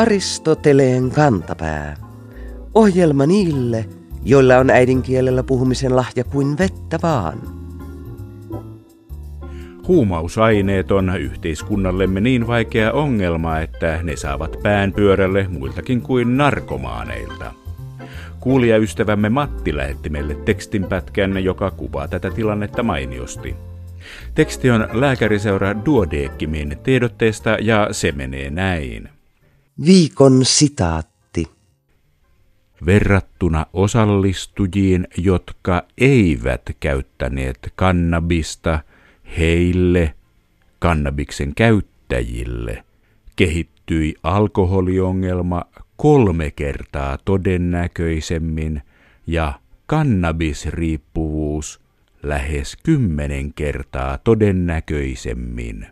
Aristoteleen kantapää. Ohjelma niille, joilla on äidinkielellä puhumisen lahja kuin vettä vaan. Huumausaineet on yhteiskunnallemme niin vaikea ongelma, että ne saavat pään pyörälle muiltakin kuin narkomaaneilta. Kuulijaystävämme Matti lähetti meille tekstinpätkän, joka kuvaa tätä tilannetta mainiosti. Teksti on lääkäriseura Duodecimin tiedotteesta ja se menee näin. Viikon sitaatti. Verrattuna osallistujiin, jotka eivät käyttäneet kannabista, heille, kannabiksen käyttäjille, kehittyi alkoholiongelma 3 kertaa todennäköisemmin ja kannabisriippuvuus lähes 10 kertaa todennäköisemmin.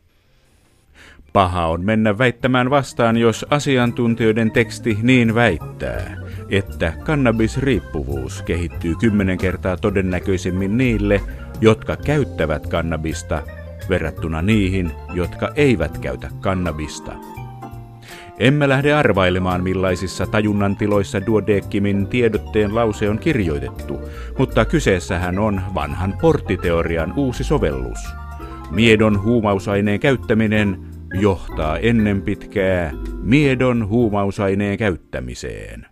Paha on mennä väittämään vastaan, jos asiantuntijoiden teksti niin väittää, että kannabisriippuvuus kehittyy 10 kertaa todennäköisemmin niille, jotka käyttävät kannabista, verrattuna niihin, jotka eivät käytä kannabista. Emme lähde arvailemaan, millaisissa tajunnan tiloissa Duodecimin tiedotteen lause on kirjoitettu, mutta kyseessähän on vanhan porttiteorian uusi sovellus. Miedon huumausaineen käyttäminen johtaa ennen pitkää miedon huumausaineen käyttämiseen.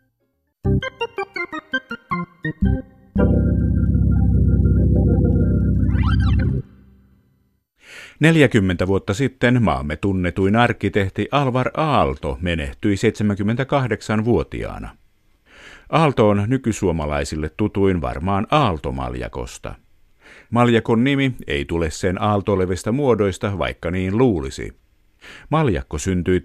– 40 vuotta sitten maamme tunnetuin arkkitehti Alvar Aalto menehtyi 78-vuotiaana. Aalto on nykysuomalaisille tutuin varmaan Aalto-maljakosta. Maljakon nimi ei tule sen aaltolevistä muodoista, vaikka niin luulisi. Maljakko syntyi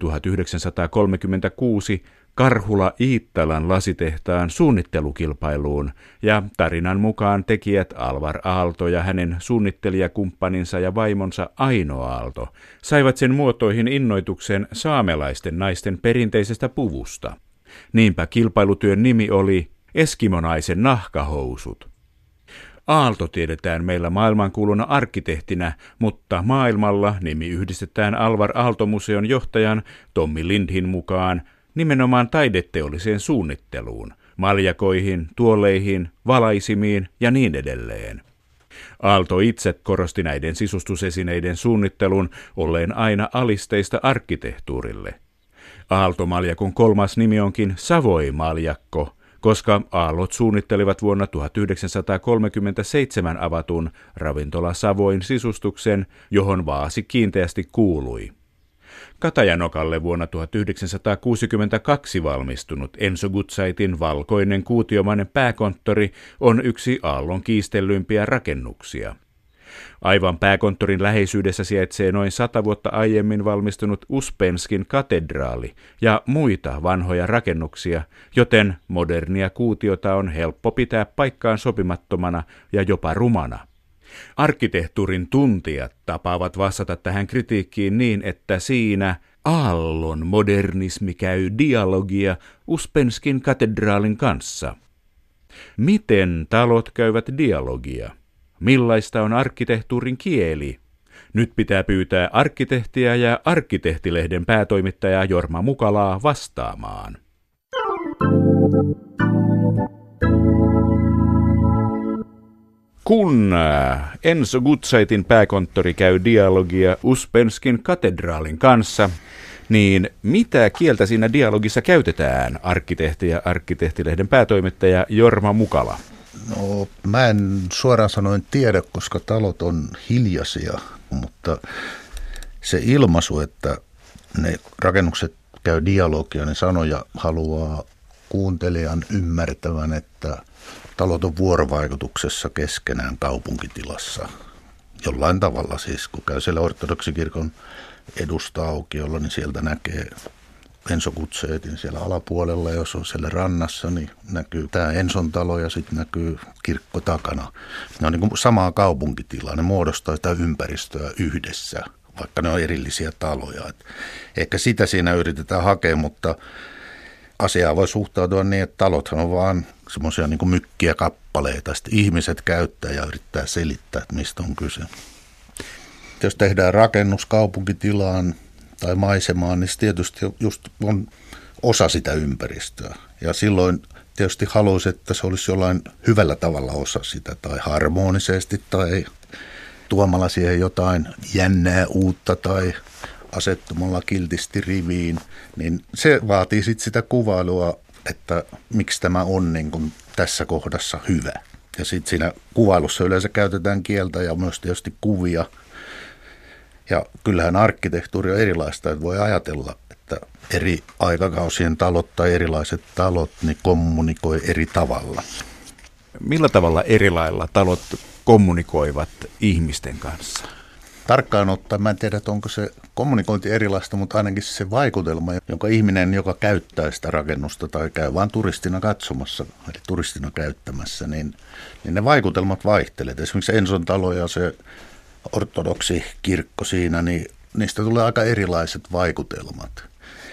1936 Karhula-Iittalan lasitehtaan suunnittelukilpailuun, ja tarinan mukaan tekijät Alvar Aalto ja hänen suunnittelijakumppaninsa ja vaimonsa Aino Aalto saivat sen muotoihin innoituksen saamelaisten naisten perinteisestä puvusta. Niinpä kilpailutyön nimi oli Eskimonaisen nahkahousut. Aalto tiedetään meillä maailmankuuluna arkkitehtinä, mutta maailmalla nimi yhdistetään Alvar Aalto-museon johtajan Tommi Lindhin mukaan nimenomaan taideteolliseen suunnitteluun, maljakoihin, tuoleihin, valaisimiin ja niin edelleen. Aalto itse korosti näiden sisustusesineiden suunnittelun olleen aina alisteista arkkitehtuurille. Aalto-maljakon 3. nimi onkin Savoy-maljakko, koska aallot suunnittelivat vuonna 1937 avatun ravintola Savoyn sisustuksen, johon vaasi kiinteästi kuului. Katajanokalle vuonna 1962 valmistunut Enso Gutzaitin valkoinen kuutiomainen pääkonttori on yksi aallon kiistellympiä rakennuksia. Aivan pääkonttorin läheisyydessä sijaitsee noin 100 vuotta aiemmin valmistunut Uspenskin katedraali ja muita vanhoja rakennuksia, joten modernia kuutiota on helppo pitää paikkaan sopimattomana ja jopa rumana. Arkkitehtuurin tuntijat tapaavat vastata tähän kritiikkiin niin, että siinä aallon modernismi käy dialogia Uspenskin katedraalin kanssa. Miten talot käyvät dialogia? Millaista on arkkitehtuurin kieli? Nyt pitää pyytää arkkitehtiä ja Arkkitehtilehden päätoimittajaa Jorma Mukalaa vastaamaan. Kun Enso Gutzaitin pääkonttori käy dialogia Uspenskin katedraalin kanssa, niin mitä kieltä siinä dialogissa käytetään, arkkitehti ja Arkkitehtilehden päätoimittaja Jorma Mukala? No, mä en suoraan sanoen tiedä, koska talot on hiljaisia, mutta se ilmaisu, että ne rakennukset käy dialogia, niin sanoja haluaa kuuntelijan ymmärtävän, että talot on vuorovaikutuksessa keskenään kaupunkitilassa. Jollain tavalla siis, kun käy siellä ortodoksikirkon edustaaukiolla, niin sieltä näkee Enso Gutzaitin siellä alapuolella, jos on siellä rannassa, niin näkyy tämä Enson talo ja sitten näkyy kirkko takana. Ne on niin kuin samaa kaupunkitilaa, ne muodostaa sitä ympäristöä yhdessä, vaikka ne on erillisiä taloja. Ehkä sitä siinä yritetään hakea, mutta asiaa voi suhtautua niin, että talothan on vaan semmoisia niin kuin mykkiä kappaleita, sitten ihmiset käyttää ja yrittää selittää, että mistä on kyse. Jos tehdään rakennus kaupunkitilaan, tai maisemaan, niin se tietysti just on osa sitä ympäristöä. Ja silloin tietysti haluaisi, että se olisi jollain hyvällä tavalla osa sitä, tai harmonisesti, tai tuomalla siihen jotain jännää uutta, tai asettumalla kiltisti riviin. Niin se vaatii sitten sitä kuvailua, että miksi tämä on niin kuin tässä kohdassa hyvä. Ja sitten siinä kuvailussa yleensä käytetään kieltä ja myös tietysti kuvia. Ja kyllähän arkkitehtuuri on erilaista, että voi ajatella, että eri aikakausien talot tai erilaiset talot niin kommunikoi eri tavalla. Millä tavalla eri lailla talot kommunikoivat ihmisten kanssa? Tarkkaan ottaen, mä en tiedä, että onko se kommunikointi erilaista, mutta ainakin se vaikutelma, jonka ihminen, joka käyttää sitä rakennusta tai käy vain turistina katsomassa, eli turistina käyttämässä, niin ne vaikutelmat vaihtelevat. Esimerkiksi Enson talo ja se ortodoksi kirkko siinä, niin niistä tulee aika erilaiset vaikutelmat.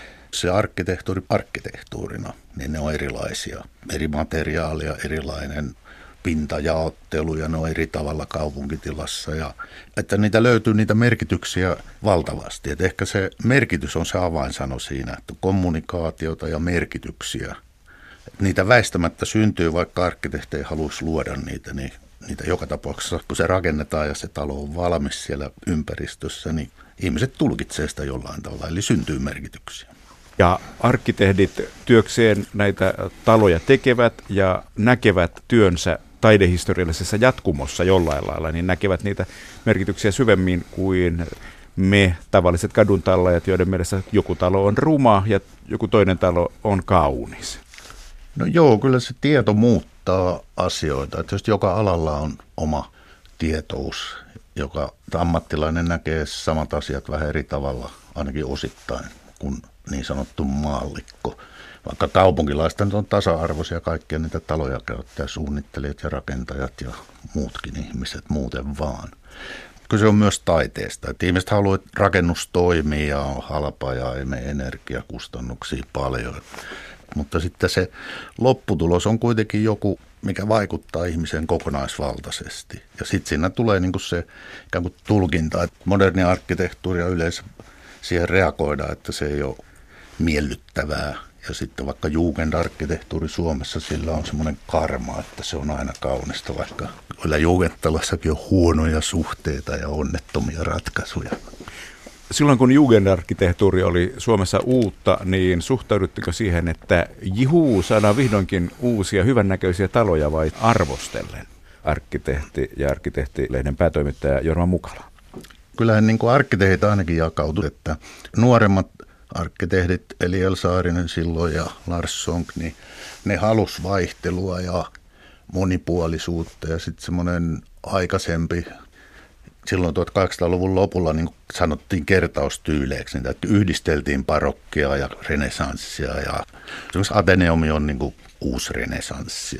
Se arkkitehtuuri arkkitehtuurina, niin ne on erilaisia. Eri materiaalia, erilainen pintajaottelu ja ne on eri tavalla kaupunkitilassa. Ja, että niitä löytyy niitä merkityksiä valtavasti. Et ehkä se merkitys on se avainsano siinä, että kommunikaatiota ja merkityksiä. Et niitä väistämättä syntyy, vaikka arkkitehti ei haluaisi luoda niitä, niin niitä joka tapauksessa, kun se rakennetaan ja se talo on valmis siellä ympäristössä, niin ihmiset tulkitsevat sitä jollain tavalla, eli syntyy merkityksiä. Ja arkkitehdit työkseen näitä taloja tekevät ja näkevät työnsä taidehistoriallisessa jatkumossa jollain lailla, niin näkevät niitä merkityksiä syvemmin kuin me tavalliset kaduntallajat, joiden mielestä joku talo on ruma ja joku toinen talo on kaunis. No joo, kyllä se tieto muuttaa asioita. Että just joka alalla on oma tietous, joka ammattilainen näkee samat asiat vähän eri tavalla, ainakin osittain, kuin niin sanottu maallikko. Vaikka kaupunkilaiset on tasa-arvoisia kaikkia niitä taloja käyttää, suunnittelijat ja rakentajat ja muutkin ihmiset muuten vaan. Kyse on myös taiteesta. Että ihmiset haluaa, että rakennus toimii ja on halpa ja ei mene energiakustannuksia paljon. Mutta sitten se lopputulos on kuitenkin joku, mikä vaikuttaa ihmiseen kokonaisvaltaisesti. Ja sitten siinä tulee niin kuin se ikään kuin tulkinta, että moderni arkkitehtuuri ja yleensä siihen reagoidaan, että se ei ole miellyttävää. Ja sitten vaikka jugendarkkitehtuuri Suomessa, sillä on semmoinen karma, että se on aina kaunista, vaikka kyllä jugendtalossakin on huonoja suhteita ja onnettomia ratkaisuja. Silloin kun jugendarkkitehtuuri oli Suomessa uutta, niin suhtaudutteko siihen, että saadaan vihdoinkin uusia hyvännäköisiä taloja vai arvostellen? Arkkitehti ja arkkitehtilehden päätoimittaja Jorma Mukala. Kyllähän niin kuin arkkitehdit ainakin jakautuu, että nuoremmat arkkitehdit, eli El Saarinen silloin ja Lars Sonck, niin ne halus vaihtelua ja monipuolisuutta ja sitten semmoinen aikaisempi, silloin 1800-luvun lopulla niin sanottiin kertaustyyleiksi, että yhdisteltiin barokkia ja renesanssia ja esimerkiksi Ateneumi on niin kuin uusi renesanssia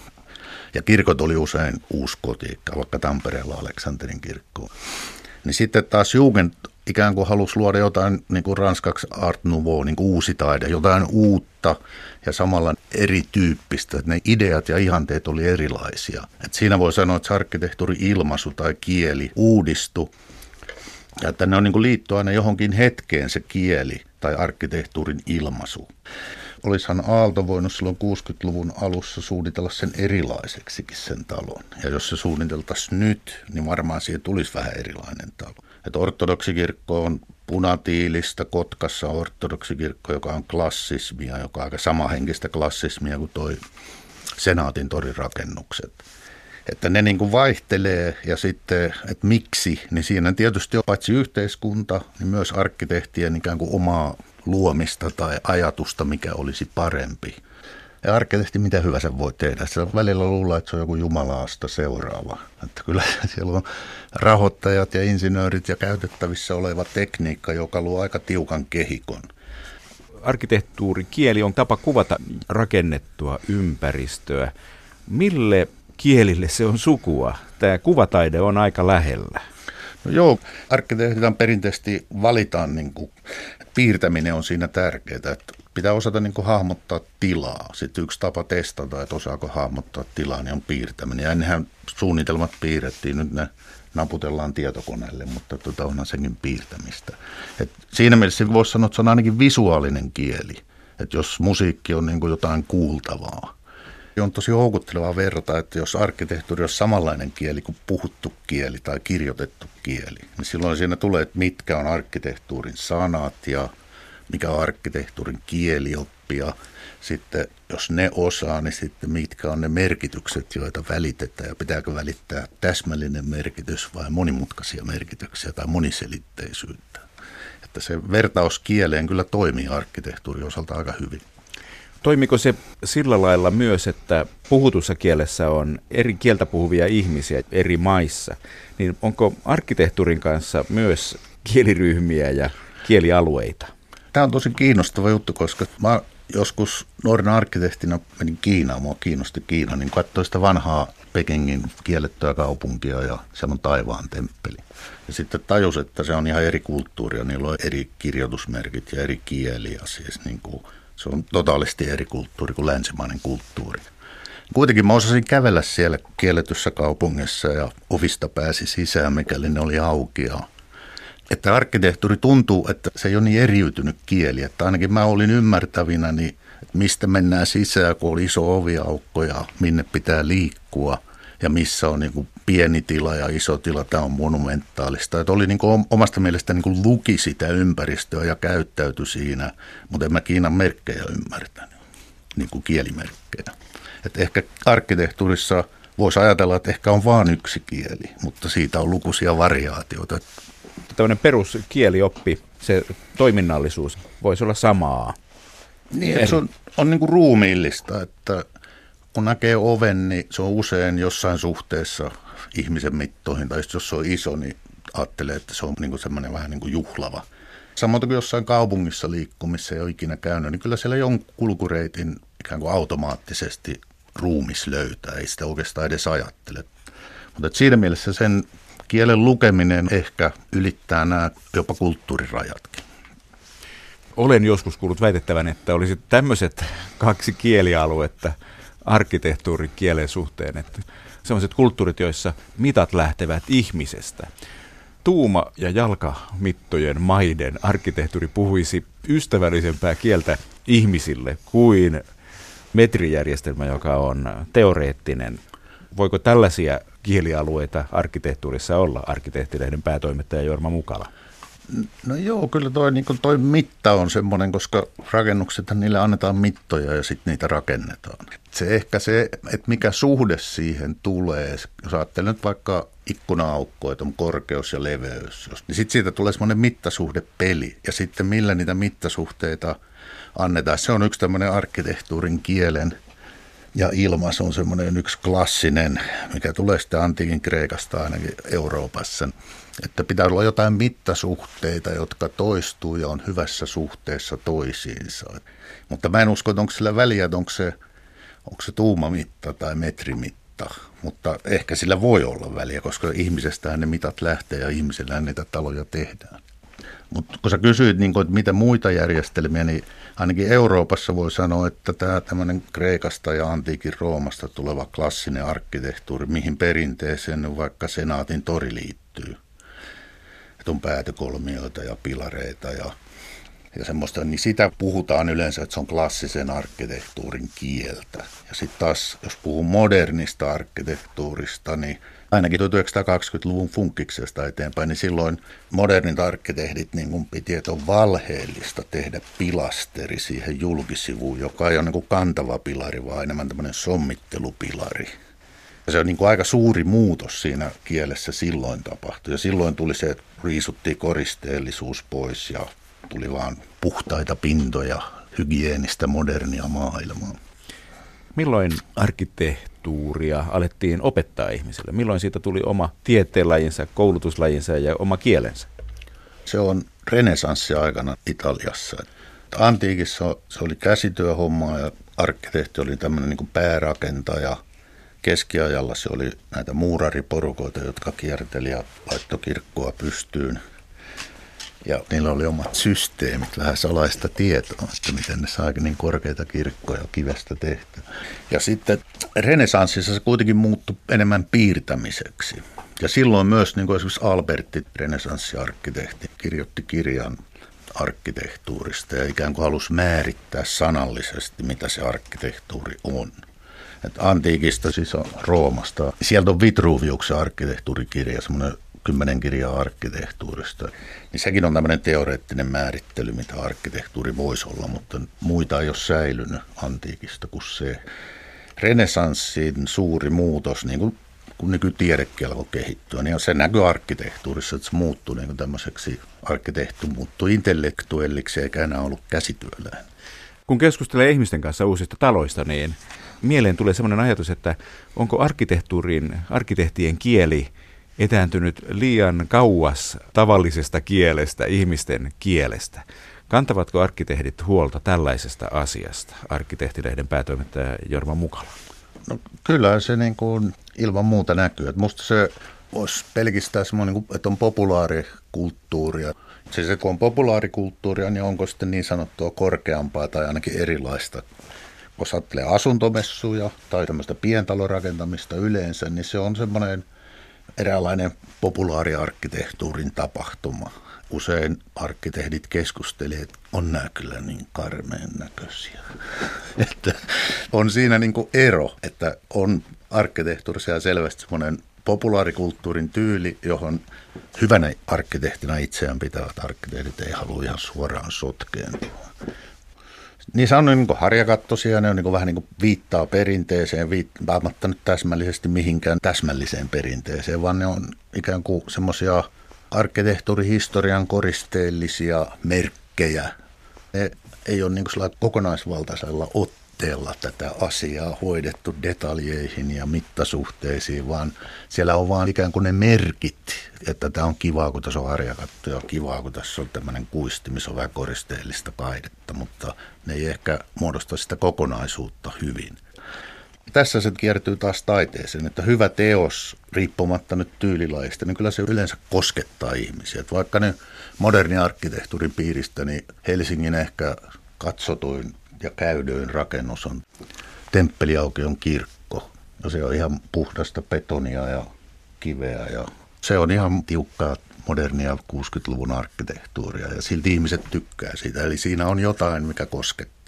ja kirkot oli usein uusgotiikkaa, vaikka Tampereella Aleksanterin kirkko. Niin sitten taas Jugend ikään kuin halusi luoda jotain niin kuin ranskaksi Art Nouveau, niin kuin uusi taide, jotain uutta ja samalla erityyppistä. Että ne ideat ja ihanteet oli erilaisia. Et siinä voi sanoa, että se arkkitehtuuri-ilmaisu tai kieli uudistui. Ja että ne on niin kuin liittyy aina johonkin hetkeen se kieli tai arkkitehtuurin ilmaisu. Olisihan Aalto voinut silloin 60-luvun alussa suunnitella sen erilaiseksikin sen talon. Ja jos se suunniteltaisiin nyt, niin varmaan siihen tulisi vähän erilainen talo. Että ortodoksikirkko on punatiilistä, Kotkassa on ortodoksikirkko, joka on klassismia, joka on aika samahenkistä klassismia kuin toi Senaatin torin rakennukset. Että ne niin kuin vaihtelee ja sitten, että miksi, niin siinä tietysti on paitsi yhteiskunta, niin myös arkkitehtien ikään kuin omaa luomista tai ajatusta, mikä olisi parempi. Ja arkkitehti, mitä hyvä se voi tehdä. Se välillä luulee, että se on joku jumalaasta seuraava. Että kyllä siellä on rahoittajat ja insinöörit ja käytettävissä oleva tekniikka, joka luo aika tiukan kehikon. Arkkitehtuurikieli on tapa kuvata rakennettua ympäristöä. Mille kielille se on sukua? Tämä kuvataide on aika lähellä. No joo, arkkitehditään perinteisesti valitaan, niin kuin, piirtäminen on siinä tärkeää, että pitää osata niin kuin hahmottaa tilaa. Sitten yksi tapa testata, että osaako hahmottaa tilaa, niin on piirtäminen. Ja ennenhän suunnitelmat piirrettiin, nyt ne naputellaan tietokoneelle, mutta onhan senkin piirtämistä. Et siinä mielessä voisi sanoa, että se on ainakin visuaalinen kieli, että jos musiikki on niin kuin jotain kuultavaa. On tosi houkuttelevaa verrata, että jos arkkitehtuuri on samanlainen kieli kuin puhuttu kieli tai kirjoitettu kieli, niin silloin siinä tulee, että mitkä on arkkitehtuurin sanat ja mikä on arkkitehtuurin kielioppi ja sitten jos ne osaa, niin sitten mitkä on ne merkitykset, joita välitetään ja pitääkö välittää täsmällinen merkitys vai monimutkaisia merkityksiä tai moniselitteisyyttä. Että se vertaus kieleen kyllä toimii arkkitehtuurin osalta aika hyvin. Toimiko se sillä lailla myös, että puhutussa kielessä on eri kieltä puhuvia ihmisiä eri maissa, niin onko arkkitehtuurin kanssa myös kieliryhmiä ja kielialueita? Tämä on tosi kiinnostava juttu, koska mä joskus nuorena arkkitehtina menin Kiinaan, mua kiinnosti Kiina, niin katsoin sitä vanhaa Pekingin kiellettyä kaupunkia ja siellä on taivaan temppeli. Ja sitten tajus, että se on ihan eri kulttuuria, niillä on eri kirjoitusmerkit ja eri kieliä, siis niin kuin se on totaalisesti eri kulttuuri kuin länsimainen kulttuuri. Kuitenkin mä osasin kävellä siellä kielletyssä kaupungissa ja ovista pääsi sisään, mikäli ne oli auki. Että arkkitehtuuri tuntuu, että se ei ole niin eriytynyt kieli, että ainakin mä olin ymmärtävinä, niin mistä mennään sisään, kun oli iso oviaukko ja minne pitää liikkua ja missä on niin kuin pieni tila ja iso tila, tämä on monumentaalista. Että oli niin kuin omasta mielestä niin kuin luki sitä ympäristöä ja käyttäytyi siinä, mutta en mä Kiinan merkkejä ymmärtänyt, niin kuin kielimerkkejä. Että ehkä arkkitehtuurissa voisi ajatella, että ehkä on vain yksi kieli, mutta siitä on lukuisia variaatioita. Tällainen peruskielioppi, se toiminnallisuus voisi olla samaa. Niin, se on niin kuin ruumiillista, että kun näkee oven, niin se on usein jossain suhteessa ihmisen mittoihin, tai jos se on iso, niin ajattelee, että se on niin kuin semmoinen vähän niin kuin juhlava. Samoin kuin jossain kaupungissa liikkumissa ei ole ikinä käynyt, niin kyllä siellä jonkun kulkureitin ikään kuin automaattisesti ruumis löytää, ei sitä oikeastaan edes ajattele. Mutta siinä mielessä sen kielen lukeminen ehkä ylittää nämä jopa kulttuurirajatkin. Olen joskus kuullut väitettävän, että olisi tämmöiset kaksi kielialuetta arkkitehtuurin kielen suhteen, että sellaiset kulttuurit, joissa mitat lähtevät ihmisestä. Tuuma- ja jalkamittojen maiden arkkitehtuuri puhuisi ystävällisempää kieltä ihmisille kuin metrijärjestelmä, joka on teoreettinen. Voiko tällaisia kielialueita arkkitehtuurissa olla, arkkitehtilehden päätoimittaja Jorma Mukala? No joo, kyllä toi mitta on semmoinen, koska rakennuksethan niille annetaan mittoja ja sitten niitä rakennetaan. Että mikä suhde siihen tulee, jos ajattelee nyt vaikka ikkuna-aukkoa, että on korkeus ja leveys, niin sitten siitä tulee semmoinen mittasuhdepeli ja sitten millä niitä mittasuhteita annetaan. Se on yksi tämmöinen arkkitehtuurin kielen ja ilmaisu on semmoinen yksi klassinen, mikä tulee sitten antiikin Kreikasta ainakin Euroopassa, että pitää olla jotain mittasuhteita, jotka toistuu ja on hyvässä suhteessa toisiinsa. Mutta mä en usko, että onko sillä väliä, että onko se tuumamitta tai metrimitta, mutta ehkä sillä voi olla väliä, koska ihmisestähän ne mitat lähtee ja ihmisellä niitä taloja tehdään. Mutta kun sä kysyit, niin kun, että mitä muita järjestelmiä, niin ainakin Euroopassa voi sanoa, että tämä tämmöinen Kreikasta ja antiikin Roomasta tuleva klassinen arkkitehtuuri, mihin perinteeseen vaikka Senaatin tori liittyy. Että on päätökolmioita ja pilareita ja semmoista, niin sitä puhutaan yleensä, että se on klassisen arkkitehtuurin kieltä. Ja sitten taas, jos puhuu modernista arkkitehtuurista, niin ainakin 1920-luvun funkkiksesta eteenpäin, niin silloin modernit arkkitehdit niin kun piti, että on valheellista tehdä pilasteri siihen julkisivuun, joka ei ole niin kuin kantava pilari, vaan enemmän tämmöinen sommittelupilari. Ja se on niin kuin aika suuri muutos siinä kielessä silloin tapahtui. Ja silloin tuli se, että riisuttiin koristeellisuus pois ja tuli vaan puhtaita pintoja, hygienistä modernia maailmaa. Milloin arkkitehtuuria alettiin opettaa ihmisille? Milloin siitä tuli oma tieteenlajinsa, koulutuslajinsa ja oma kielensä? Se on renesanssiaikana Italiassa. Antiikissa se oli käsityöhommaa ja arkkitehti oli tämmöinen niin kuin päärakentaja. Keskiajalla se oli näitä muurariporukoita, jotka kierteli ja laittoi kirkkoa pystyyn. Ja niillä oli omat systeemit, vähän salaista tietoa, että miten ne saikin niin korkeita kirkkoja kivestä tehtyä. Ja sitten renesanssissa se kuitenkin muuttui enemmän piirtämiseksi. Ja silloin myös niin kuin esimerkiksi Alberti, renessanssiarkkitehti, kirjoitti kirjan arkkitehtuurista ja ikään kuin halusi määrittää sanallisesti, mitä se arkkitehtuuri on. Että antiikista, siis Roomasta, sieltä on Vitruviuksen arkkitehtuurikirja, semmoinen 10 kirjaa arkkitehtuurista. Niin sekin on tämmöinen teoreettinen määrittely, mitä arkkitehtuuri voisi olla, mutta muita ei ole säilynyt antiikista kuin se. Renessanssin suuri muutos, niin kuin kun nykytiedekin alkoi kehittyä, niin se näkyy arkkitehtuurissa, että se muuttui niin kuin tämmöiseksi, arkkitehtuuri muuttui intellektuelliksi eikä enää ollut käsityöläinen. Kun keskustelee ihmisten kanssa uusista taloista, niin mieleen tulee sellainen ajatus, että onko arkkitehtien kieli etääntynyt liian kauas tavallisesta kielestä, ihmisten kielestä. Kantavatko arkkitehdit huolta tällaisesta asiasta? Arkkitehtilehden päätoimittaja Jorma Mukala. No, kyllä se niin kuin ilman muuta näkyy. Että musta se olisi pelkistää semmoinen, että on populaarikulttuuria. Se kun on populaarikulttuuria, niin onko sitten niin sanottua korkeampaa tai ainakin erilaista. Kun ajattelee asuntomessuja tai tämmöistä pientalorakentamista yleensä, niin se on semmoinen eräänlainen populaariarkkitehtuurin tapahtuma. Usein arkkitehdit keskustelevat, että on nämä kyllä niin karmeen näköisiä. Että on siinä niin kuin ero, että on arkkitehtuurissa selvästi semmoinen populaarikulttuurin tyyli, johon hyvänä arkkitehtina itseään pitävät arkkitehdit ei halua ihan suoraan sotkeen. Niissä on niin kuin harjakattoisia, ne on niin kuin vähän niin kuin viittaa perinteeseen, viittaamatta nyt täsmällisesti mihinkään täsmälliseen perinteeseen, vaan ne on ikään kuin semmoisia arkkitehtuurihistorian koristeellisia merkkejä. Ne ei ole niin kuin kokonaisvaltaisella otteella tätä asiaa hoidettu detaljeihin ja mittasuhteisiin, vaan siellä on vaan ikään kuin ne merkit, että tämä on kivaa, kun tässä on harjakatto ja kivaa, kun tässä on tämmöinen kuisti, missä on vähän koristeellista kaidetta, mutta ne ei ehkä muodosta sitä kokonaisuutta hyvin. Tässä se kiertyy taas taiteeseen, että hyvä teos, riippumatta nyt tyylilajista, niin kyllä se yleensä koskettaa ihmisiä. Että vaikka ne modernin arkkitehtuurin piiristä, niin Helsingin ehkä katsotuin ja käydyin rakennus on Temppeliaukion kirkko. Ja se on ihan puhdasta betonia ja kiveä ja se on ihan tiukkaa modernia 60-luvun arkkitehtuuria ja silti ihmiset tykkää siitä. Eli siinä on jotain, mikä koskettaa.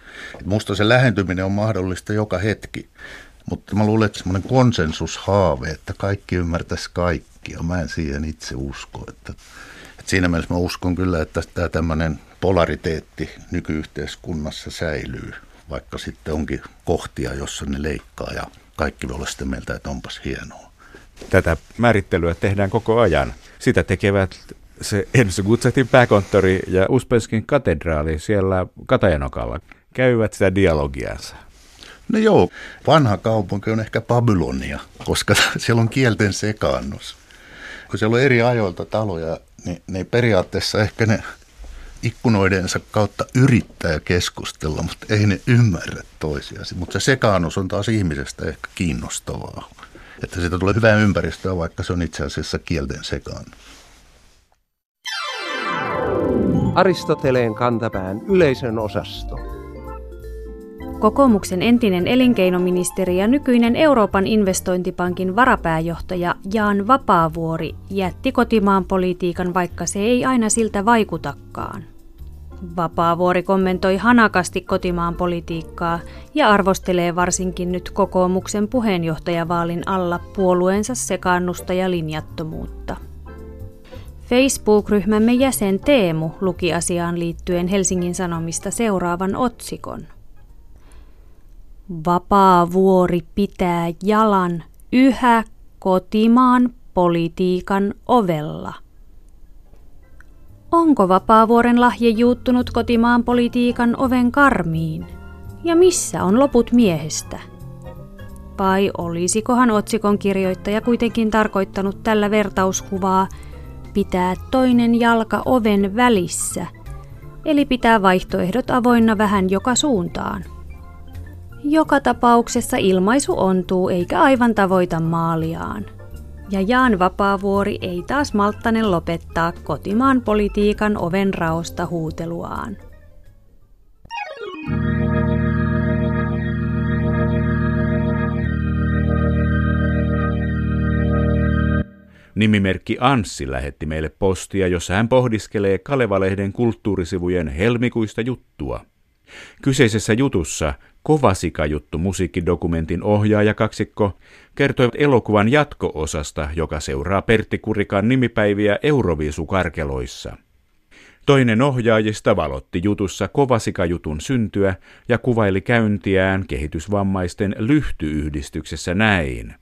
Musta se lähentyminen on mahdollista joka hetki, mutta mä luulen, että semmoinen konsensushaave, että kaikki ymmärtäisi kaikkia. Mä en siihen itse usko. Että siinä mielessä mä uskon kyllä, että tämä tämmöinen polariteetti nykyyhteiskunnassa säilyy, vaikka sitten onkin kohtia, jossa ne leikkaa ja kaikki voi olla sitä mieltä, että onpas hienoa. Tätä määrittelyä tehdään koko ajan. Sitä tekevät se Enso Gutzaitin pääkonttori ja Uspenskin katedraali siellä Katajanokalla. Käyvät sitä dialogiansa. No joo, vanha kaupunki on ehkä Babylonia, koska siellä on kielten sekaannus. Kun siellä on eri ajoilta taloja, niin ne periaatteessa ehkä ne ikkunoidensa kautta yrittää keskustella, mutta ei ne ymmärrä toisiaan. Mutta se sekaannus on taas ihmisestä ehkä kiinnostavaa. Että siitä tulee hyvää ympäristöä, vaikka se on itse asiassa kielten sekaannus. Aristoteleen kantapään yleisön osasto. Kokoomuksen entinen elinkeinoministeri ja nykyinen Euroopan investointipankin varapääjohtaja Jan Vapaavuori jätti kotimaan politiikan, vaikka se ei aina siltä vaikutakaan. Vapaavuori kommentoi hanakasti kotimaan politiikkaa ja arvostelee varsinkin nyt kokoomuksen puheenjohtajavaalin alla puolueensa sekaannusta ja linjattomuutta. Facebook-ryhmämme jäsen Teemu luki asiaan liittyen Helsingin Sanomista seuraavan otsikon. Vapaavuori pitää jalan yhä kotimaan politiikan ovella. Onko Vapaavuoren lahje juuttunut kotimaan politiikan oven karmiin? Ja missä on loput miehestä? Vai olisikohan otsikon kirjoittaja kuitenkin tarkoittanut tällä vertauskuvaa pitää toinen jalka oven välissä, eli pitää vaihtoehdot avoinna vähän joka suuntaan? Joka tapauksessa ilmaisu ontuu eikä aivan tavoita maaliaan. Ja Jaan Vapaavuori ei taas malttanen lopettaa kotimaan politiikan oven raosta huuteluaan. Nimimerkki Anssi lähetti meille postia, jossa hän pohdiskelee Kaleva-lehden kulttuurisivujen helmikuista juttua. Kyseisessä jutussa Kovasika-juttu musiikkidokumentin ohjaajakaksikko kertoi elokuvan jatko-osasta, joka seuraa Pertti Kurikan nimipäiviä Euroviisukarkeloissa. Toinen ohjaajista valotti jutussa Kovasika-jutun syntyä ja kuvaili käyntiään kehitysvammaisten lyhtyyhdistyksessä näin.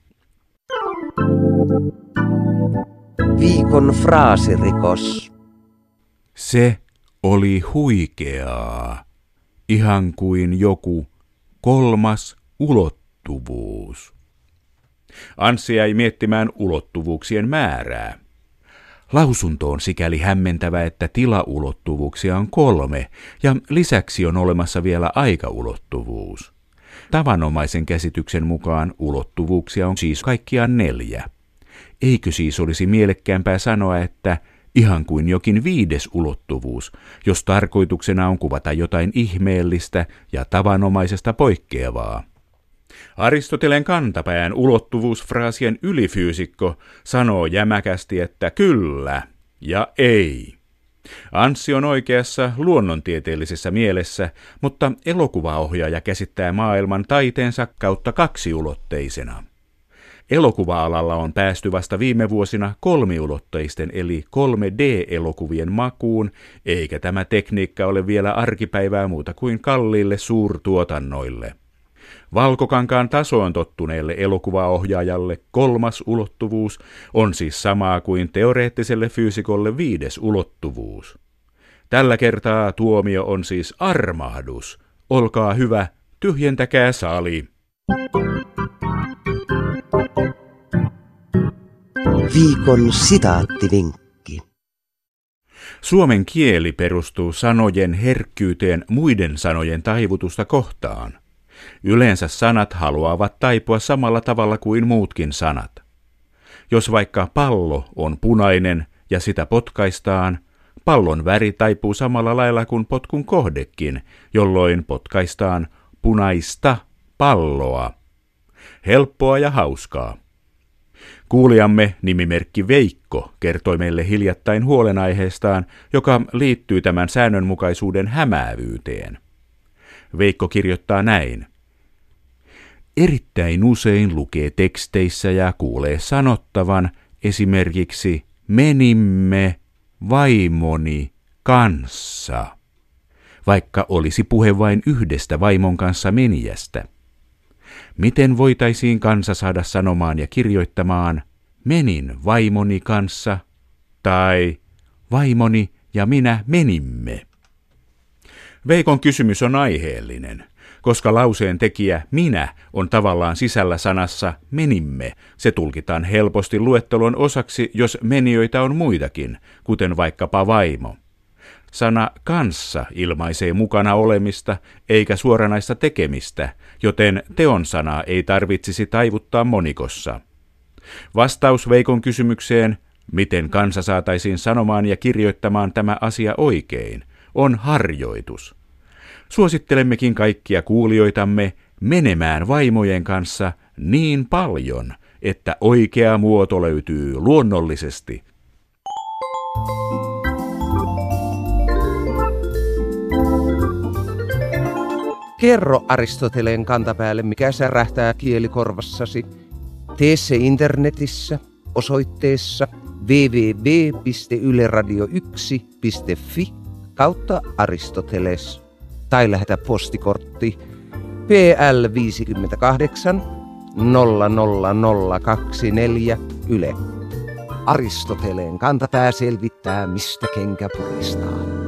Viikon fraasirikos. Se oli huikeaa, ihan kuin joku kolmas ulottuvuus. Anssi jäi miettimään ulottuvuuksien määrää. Lausunto on sikäli hämmentävä, että tilaulottuvuuksia on 3 ja lisäksi on olemassa vielä aikaulottuvuus. Tavanomaisen käsityksen mukaan ulottuvuuksia on siis kaikkiaan 4. Eikö siis olisi mielekkäämpää sanoa, että ihan kuin jokin 5. ulottuvuus, jos tarkoituksena on kuvata jotain ihmeellistä ja tavanomaisesta poikkeavaa? Aristoteleen kantapään ulottuvuusfraasien ylifyysikko sanoo jämäkästi, että kyllä ja ei. Anssi on oikeassa luonnontieteellisessä mielessä, mutta elokuvaohjaaja käsittää maailman taiteensa kautta 2-ulotteisena. Elokuva-alalla on päästy vasta viime vuosina 3-ulotteisten eli 3D-elokuvien makuun, eikä tämä tekniikka ole vielä arkipäivää muuta kuin kalliille suurtuotannoille. Valkokankaan tasoon tottuneelle elokuvaohjaajalle 3. ulottuvuus on siis samaa kuin teoreettiselle fyysikolle 5. ulottuvuus. Tällä kertaa tuomio on siis armahdus. Olkaa hyvä, tyhjentäkää sali. Viikon sitaattivinkki. Suomen kieli perustuu sanojen herkkyyteen muiden sanojen taivutusta kohtaan. Yleensä sanat haluavat taipua samalla tavalla kuin muutkin sanat. Jos vaikka pallo on punainen ja sitä potkaistaan, pallon väri taipuu samalla lailla kuin potkun kohdekin, jolloin potkaistaan punaista palloa. Helppoa ja hauskaa. Kuulijamme nimimerkki Veikko kertoi meille hiljattain huolenaiheestaan, joka liittyy tämän säännönmukaisuuden hämäävyyteen. Veikko kirjoittaa näin. Erittäin usein lukee teksteissä ja kuulee sanottavan esimerkiksi menimme vaimoni kanssa, vaikka olisi puhe vain yhdestä vaimon kanssa menijästä. Miten voitaisiin kansa saada sanomaan ja kirjoittamaan menin vaimoni kanssa tai vaimoni ja minä menimme? Veikon kysymys on aiheellinen, koska lauseen tekijä minä on tavallaan sisällä sanassa menimme. Se tulkitaan helposti luettelon osaksi, jos menijöitä on muitakin, kuten vaikkapa vaimo. Sana kanssa ilmaisee mukana olemista eikä suoranaista tekemistä, joten teon sanaa ei tarvitsisi taivuttaa monikossa. Vastaus Veikon kysymykseen, miten kansa saataisiin sanomaan ja kirjoittamaan tämä asia oikein, on harjoitus. Suosittelemmekin kaikkia kuulijoitamme menemään vaimojen kanssa niin paljon, että oikea muoto löytyy luonnollisesti. Kerro Aristoteleen kantapäälle, mikä särähtää kielikorvassasi. Tee se internetissä osoitteessa www.yleradio1.fi/Aristoteles tai lähetä postikortti PL 58 00024 Yle. Aristoteleen kantapää selvittää, mistä kenkä puristaa.